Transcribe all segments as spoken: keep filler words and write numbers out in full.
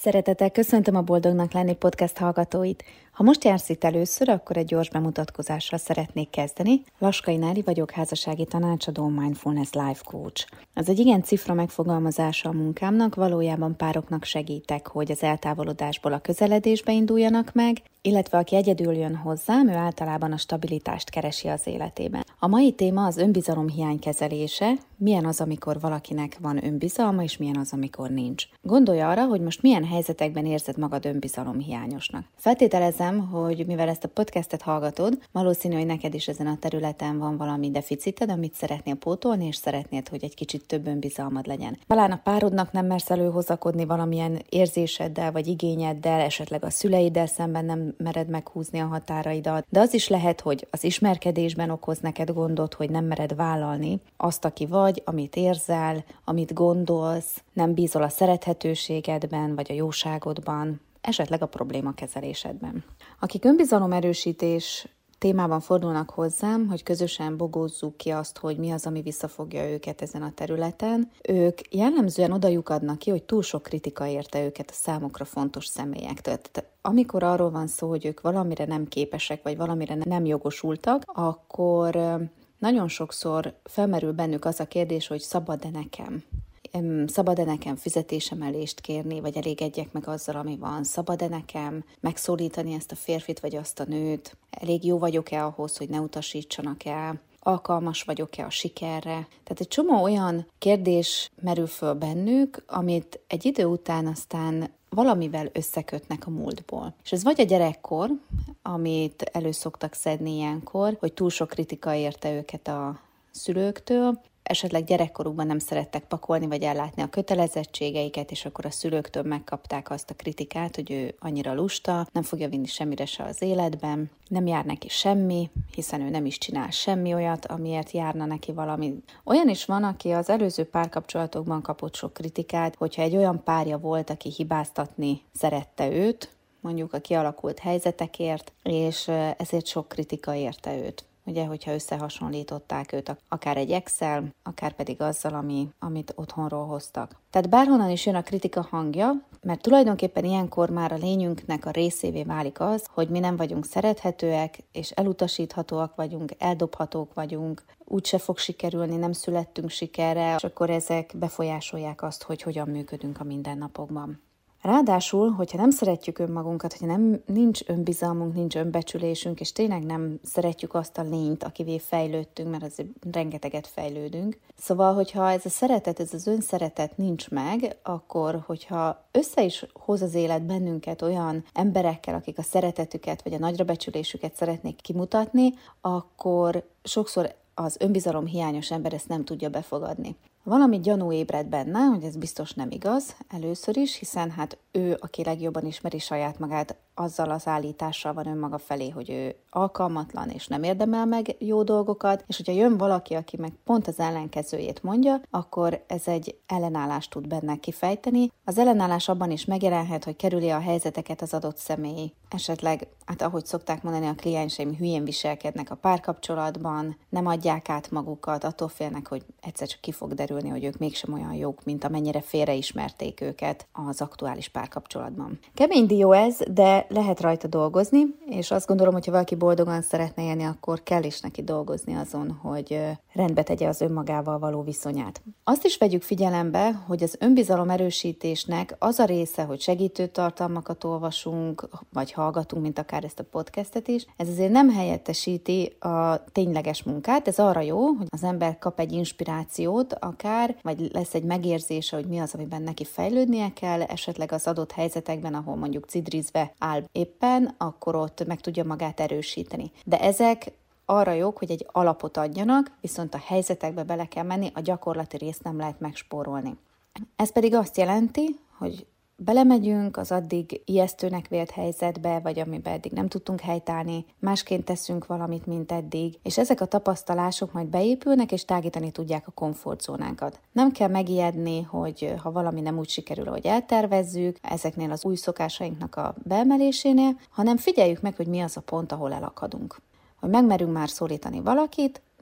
Szeretettel köszöntöm a Boldognak lenni podcast hallgatóit. Ha most jársz itt először, akkor egy gyors bemutatkozással szeretnék kezdeni. Laskai Nári vagyok, házassági tanácsadó, Mindfulness Life Coach. Az egy igen cifra megfogalmazása a munkámnak, valójában pároknak segítek, hogy az eltávolodásból a közeledésbe induljanak meg, illetve aki egyedül jön hozzám, ő általában a stabilitást keresi az életében. A mai téma az önbizalom hiány kezelése, milyen az, amikor valakinek van önbizalma, és milyen az, amikor nincs. Gondolj arra, hogy most milyen helyzetekben érzed magad önbizalom hiányosnak. Feltételezem, hogy mivel ezt a podcastet hallgatod, valószínű, hogy neked is ezen a területen van valami deficited, amit szeretnél pótolni, és szeretnéd, hogy egy kicsit több önbizalmad legyen. Talán a párodnak nem mersz előhozakodni valamilyen érzéseddel, vagy igényeddel, esetleg a szüleiddel szemben nem mered meghúzni a határaidat, de az is lehet, hogy az ismerkedésben okoz neked gondot, hogy nem mered vállalni azt, aki vagy, amit érzel, amit gondolsz, nem bízol a szerethetőségedben, vagy a jóságodban, esetleg a problémakezelésedben. Akik önbizalomerősítés témában fordulnak hozzám, hogy közösen bogózzuk ki azt, hogy mi az, ami visszafogja őket ezen a területen, ők jellemzően oda lyukadnak ki, hogy túl sok kritika érte őket a számukra fontos személyektől. Tehát amikor arról van szó, hogy ők valamire nem képesek, vagy valamire nem jogosultak, akkor nagyon sokszor felmerül bennük az a kérdés, hogy szabad-e nekem? Szabad-e nekem fizetésemelést kérni, vagy elégedjek meg azzal, ami van? Szabad-e nekem megszólítani ezt a férfit, vagy azt a nőt? Elég jó vagyok-e ahhoz, hogy ne utasítsanak el? Alkalmas vagyok-e a sikerre? Tehát egy csomó olyan kérdés merül föl bennük, amit egy idő után aztán valamivel összekötnek a múltból. És ez vagy a gyerekkor, amit elő szoktak szedni ilyenkor, hogy túl sok kritika érte őket a szülőktől, esetleg gyerekkorukban nem szerettek pakolni, vagy ellátni a kötelezettségeiket, és akkor a szülőktől megkapták azt a kritikát, hogy ő annyira lusta, nem fogja vinni semmire se az életben, nem jár neki semmi, hiszen ő nem is csinál semmi olyat, amiért járna neki valami. Olyan is van, aki az előző párkapcsolatokban kapott sok kritikát, hogyha egy olyan párja volt, aki hibáztatni szerette őt, mondjuk a kialakult helyzetekért, és ezért sok kritika érte őt. Ugye, hogyha összehasonlították őt akár egy ex-el, akár pedig azzal, ami, amit otthonról hoztak. Tehát bárhonnan is jön a kritika hangja, mert tulajdonképpen ilyenkor már a lényünknek a részévé válik az, hogy mi nem vagyunk szerethetőek, és elutasíthatóak vagyunk, eldobhatók vagyunk, úgyse fog sikerülni, nem születtünk sikerre, és akkor ezek befolyásolják azt, hogy hogyan működünk a mindennapokban. Ráadásul, hogyha nem szeretjük önmagunkat, hogyha nem, nincs önbizalmunk, nincs önbecsülésünk, és tényleg nem szeretjük azt a lényt, akivé fejlődtünk, mert azért rengeteget fejlődünk. Szóval, hogyha ez a szeretet, ez az önszeretet nincs meg, akkor, hogyha össze is hoz az élet bennünket olyan emberekkel, akik a szeretetüket vagy a nagyrabecsülésüket szeretnék kimutatni, akkor sokszor az önbizalom hiányos ember ezt nem tudja befogadni. Valami gyanú ébred benne, hogy ez biztos nem igaz, először is, hiszen hát ő, aki legjobban ismeri saját magát, azzal az állítással van önmaga felé, hogy ő alkalmatlan és nem érdemel meg jó dolgokat, és hogyha jön valaki, aki meg pont az ellenkezőjét mondja, akkor ez egy ellenállást tud benne kifejteni. Az ellenállás abban is megjelenhet, hogy kerüli a helyzeteket az adott személy. Esetleg, hát ahogy szokták mondani, a klienseim hülyén viselkednek a párkapcsolatban, nem adják át magukat, attól félnek, hogy egyszer csak ki fog derülni, hogy ők mégsem olyan jók, mint amennyire félreismerték őket az aktuális párkapcsolatban. Kemény dió ez, de lehet rajta dolgozni, és azt gondolom, hogy ha valaki boldogan szeretne élni, akkor kell is neki dolgozni azon, hogy rendbe tegye az önmagával való viszonyát. Azt is vegyük figyelembe, hogy az önbizalom erősítésnek az a része, hogy segítő tartalmakat olvasunk, vagy hallgatunk, mint akár ezt a podcastet is, ez azért nem helyettesíti a tényleges munkát, ez arra jó, hogy az ember kap egy inspirációt akár, vagy lesz egy megérzése, hogy mi az, amiben neki fejlődnie kell, esetleg az adott helyzetekben, ahol mondjuk cidrizve áll éppen, akkor ott meg tudja magát erősíteni. De ezek arra jók, hogy egy alapot adjanak, viszont a helyzetekbe bele kell menni, a gyakorlati részt nem lehet megspórolni. Ez pedig azt jelenti, hogy belemegyünk az addig ijesztőnek vélt helyzetbe, vagy amiben eddig nem tudtunk helytállni, másként teszünk valamit, mint eddig, és ezek a tapasztalások majd beépülnek, és tágítani tudják a komfortzónánkat. Nem kell megijedni, hogy ha valami nem úgy sikerül, ahogy eltervezzük, ezeknél az új szokásainknak a beemelésénél, hanem figyeljük meg, hogy mi az a pont, ahol elakadunk. Hogy megmerünk már szólítani valakit,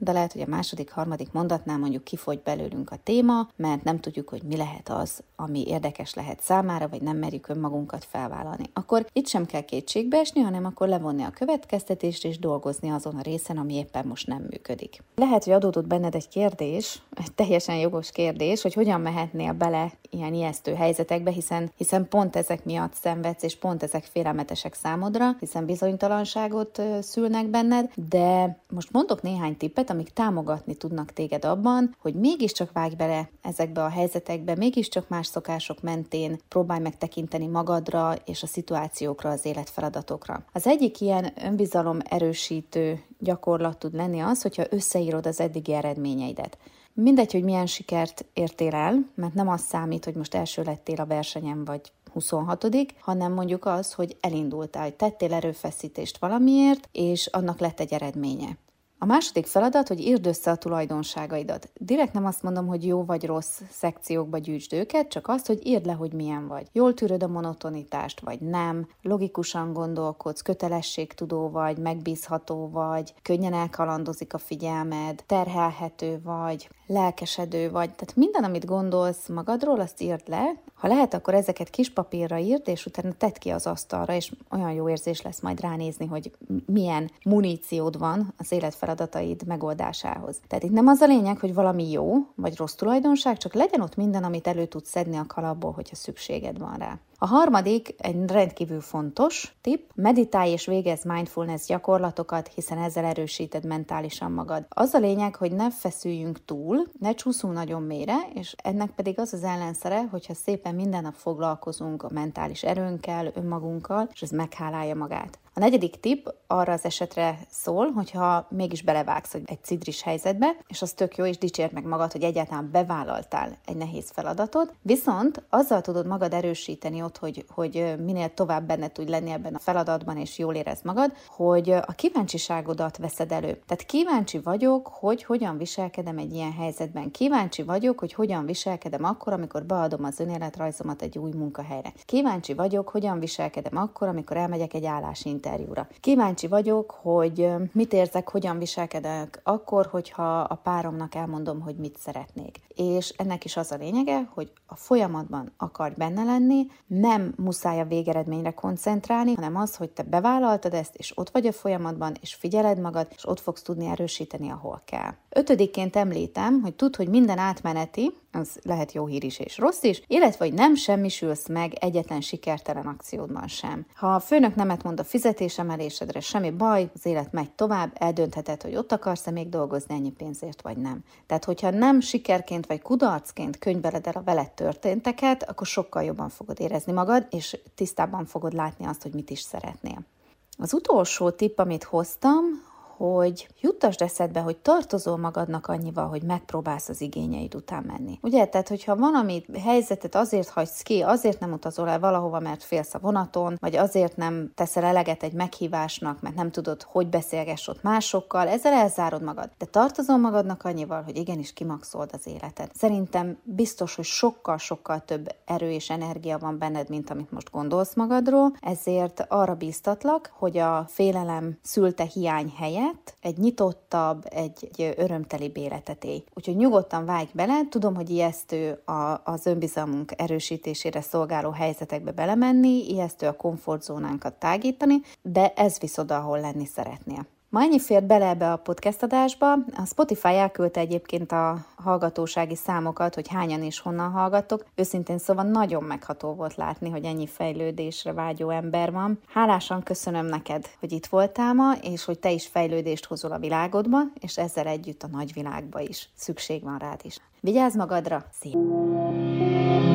de lehet, hogy a második, harmadik mondatnál mondjuk kifogy belőlünk a téma, mert nem tudjuk, hogy mi lehet az, ami érdekes lehet számára, vagy nem merjük önmagunkat felvállalni. Akkor itt sem kell kétségbe esni, hanem akkor levonni a következtetést és dolgozni azon a részen, ami éppen most nem működik. Lehet, hogy adódott benned egy kérdés, egy teljesen jogos kérdés, hogy hogyan mehetnél bele ilyen ijesztő helyzetekbe, hiszen, hiszen pont ezek miatt szenvedsz, és pont ezek félelmetesek számodra, hiszen bizonytalanságot szülnek benned, de most mondok néhány tippet, amik támogatni tudnak téged abban, hogy mégiscsak vágj bele ezekbe a helyzetekbe, mégiscsak más szokások mentén próbálj meg tekinteni magadra és a szituációkra, az életfeladatokra. Az egyik ilyen önbizalom erősítő gyakorlat tud lenni az, hogyha összeírod az eddigi eredményeidet. Mindegy, hogy milyen sikert értél el, mert nem az számít, hogy most első lettél a versenyen, vagy huszonhatodik, hanem mondjuk az, hogy elindultál, hogy tettél erőfeszítést valamiért, és annak lett egy eredménye. A második feladat, hogy írd össze a tulajdonságaidat. Direkt nem azt mondom, hogy jó vagy rossz szekciókba gyűjtsd őket, csak azt, hogy írd le, hogy milyen vagy. Jól tűröd a monotonitást, vagy nem, logikusan gondolkodsz, kötelességtudó vagy, megbízható vagy, könnyen elkalandozik a figyelmed, terhelhető vagy, lelkesedő vagy. Tehát minden, amit gondolsz magadról, azt írd le. Ha lehet, akkor ezeket kis papírra írd, és utána tedd ki az asztalra, és olyan jó érzés lesz majd ránézni, hogy milyen muníciód van az életfeladataid megoldásához. Tehát itt nem az a lényeg, hogy valami jó vagy rossz tulajdonság, csak legyen ott minden, amit elő tudsz szedni a kalapból, hogyha szükséged van rá. A harmadik, egy rendkívül fontos tipp, meditálj és végezz mindfulness gyakorlatokat, hiszen ezzel erősíted mentálisan magad. Az a lényeg, hogy ne feszüljünk túl, ne csúszunk nagyon mélyre, és ennek pedig az az ellenszere, hogyha szépen minden nap foglalkozunk a mentális erőnkkel, önmagunkkal, és ez meghálálja magát. A negyedik tipp arra az esetre szól, hogyha mégis belevágsz egy cidris helyzetbe, és az tök jó, és dicsérd meg magad, hogy egyáltalán bevállaltál egy nehéz feladatot, viszont azzal tudod magad erősíteni ott, hogy, hogy minél tovább benne tudj lenni ebben a feladatban, és jól érezd magad, hogy a kíváncsiságodat veszed elő. Tehát kíváncsi vagyok, hogy hogyan viselkedem egy ilyen helyzetben. Kíváncsi vagyok, hogy hogyan viselkedem akkor, amikor beadom az önéletrajzomat egy új munkahelyre. Kíváncsi vagyok, hogyan viselkedem akkor, amikor elmegyek egy állásinterjúra. Kíváncsi vagyok, hogy mit érzek, hogyan viselkedek akkor, hogyha a páromnak elmondom, hogy mit szeretnék. És ennek is az a lényege, hogy a folyamatban akarj benne lenni, nem muszáj a végeredményre koncentrálni, hanem az, hogy te bevállaltad ezt, és ott vagy a folyamatban, és figyeled magad, és ott fogsz tudni erősíteni, ahol kell. Ötödikként említem, hogy tudd, hogy minden átmeneti, az lehet jó hír is és rossz is, illetve, hogy nem semmisülsz meg egyetlen sikertelen akciódban sem. Ha a főnök nemet mond a fizetésemelésedre, semmi baj, az élet megy tovább, eldöntheted, hogy ott akarsz-e még dolgozni ennyi pénzért, vagy nem. Tehát, hogyha nem sikerként vagy kudarcként könyveled el a veled történteket, akkor sokkal jobban fogod érezni magad, és tisztában fogod látni azt, hogy mit is szeretnél. Az utolsó tipp, amit hoztam, hogy juttasd eszedbe, hogy tartozol magadnak annyival, hogy megpróbálsz az igényeid után menni. Ugye? Tehát, hogyha valami helyzetet azért hagysz ki, azért nem utazol el valahova, mert félsz a vonaton, vagy azért nem teszel eleget egy meghívásnak, mert nem tudod, hogy beszélgess ott másokkal, ezzel elzárod magad. De tartozol magadnak annyival, hogy igenis kimaxold az életed. Szerintem biztos, hogy sokkal-sokkal több erő és energia van benned, mint amit most gondolsz magadról, ezért arra bíztatlak, hogy a félelem szülte hiány helyett egy nyitottabb, egy, egy örömtelibb életet élj. Úgyhogy nyugodtan vágj bele, tudom, hogy ijesztő a, az önbizalmunk erősítésére szolgáló helyzetekbe belemenni, ijesztő a komfortzónánkat tágítani, de ez visz oda, ahol lenni szeretnél. Ma ennyi fért bele ebbe a podcast adásba. A Spotify elküldte egyébként a hallgatósági számokat, hogy hányan és honnan hallgattok. Őszintén szóval nagyon megható volt látni, hogy ennyi fejlődésre vágyó ember van. Hálásan köszönöm neked, hogy itt voltál ma, és hogy te is fejlődést hozol a világodba, és ezzel együtt a nagyvilágba is. Szükség van rád is. Vigyázz magadra! Szia!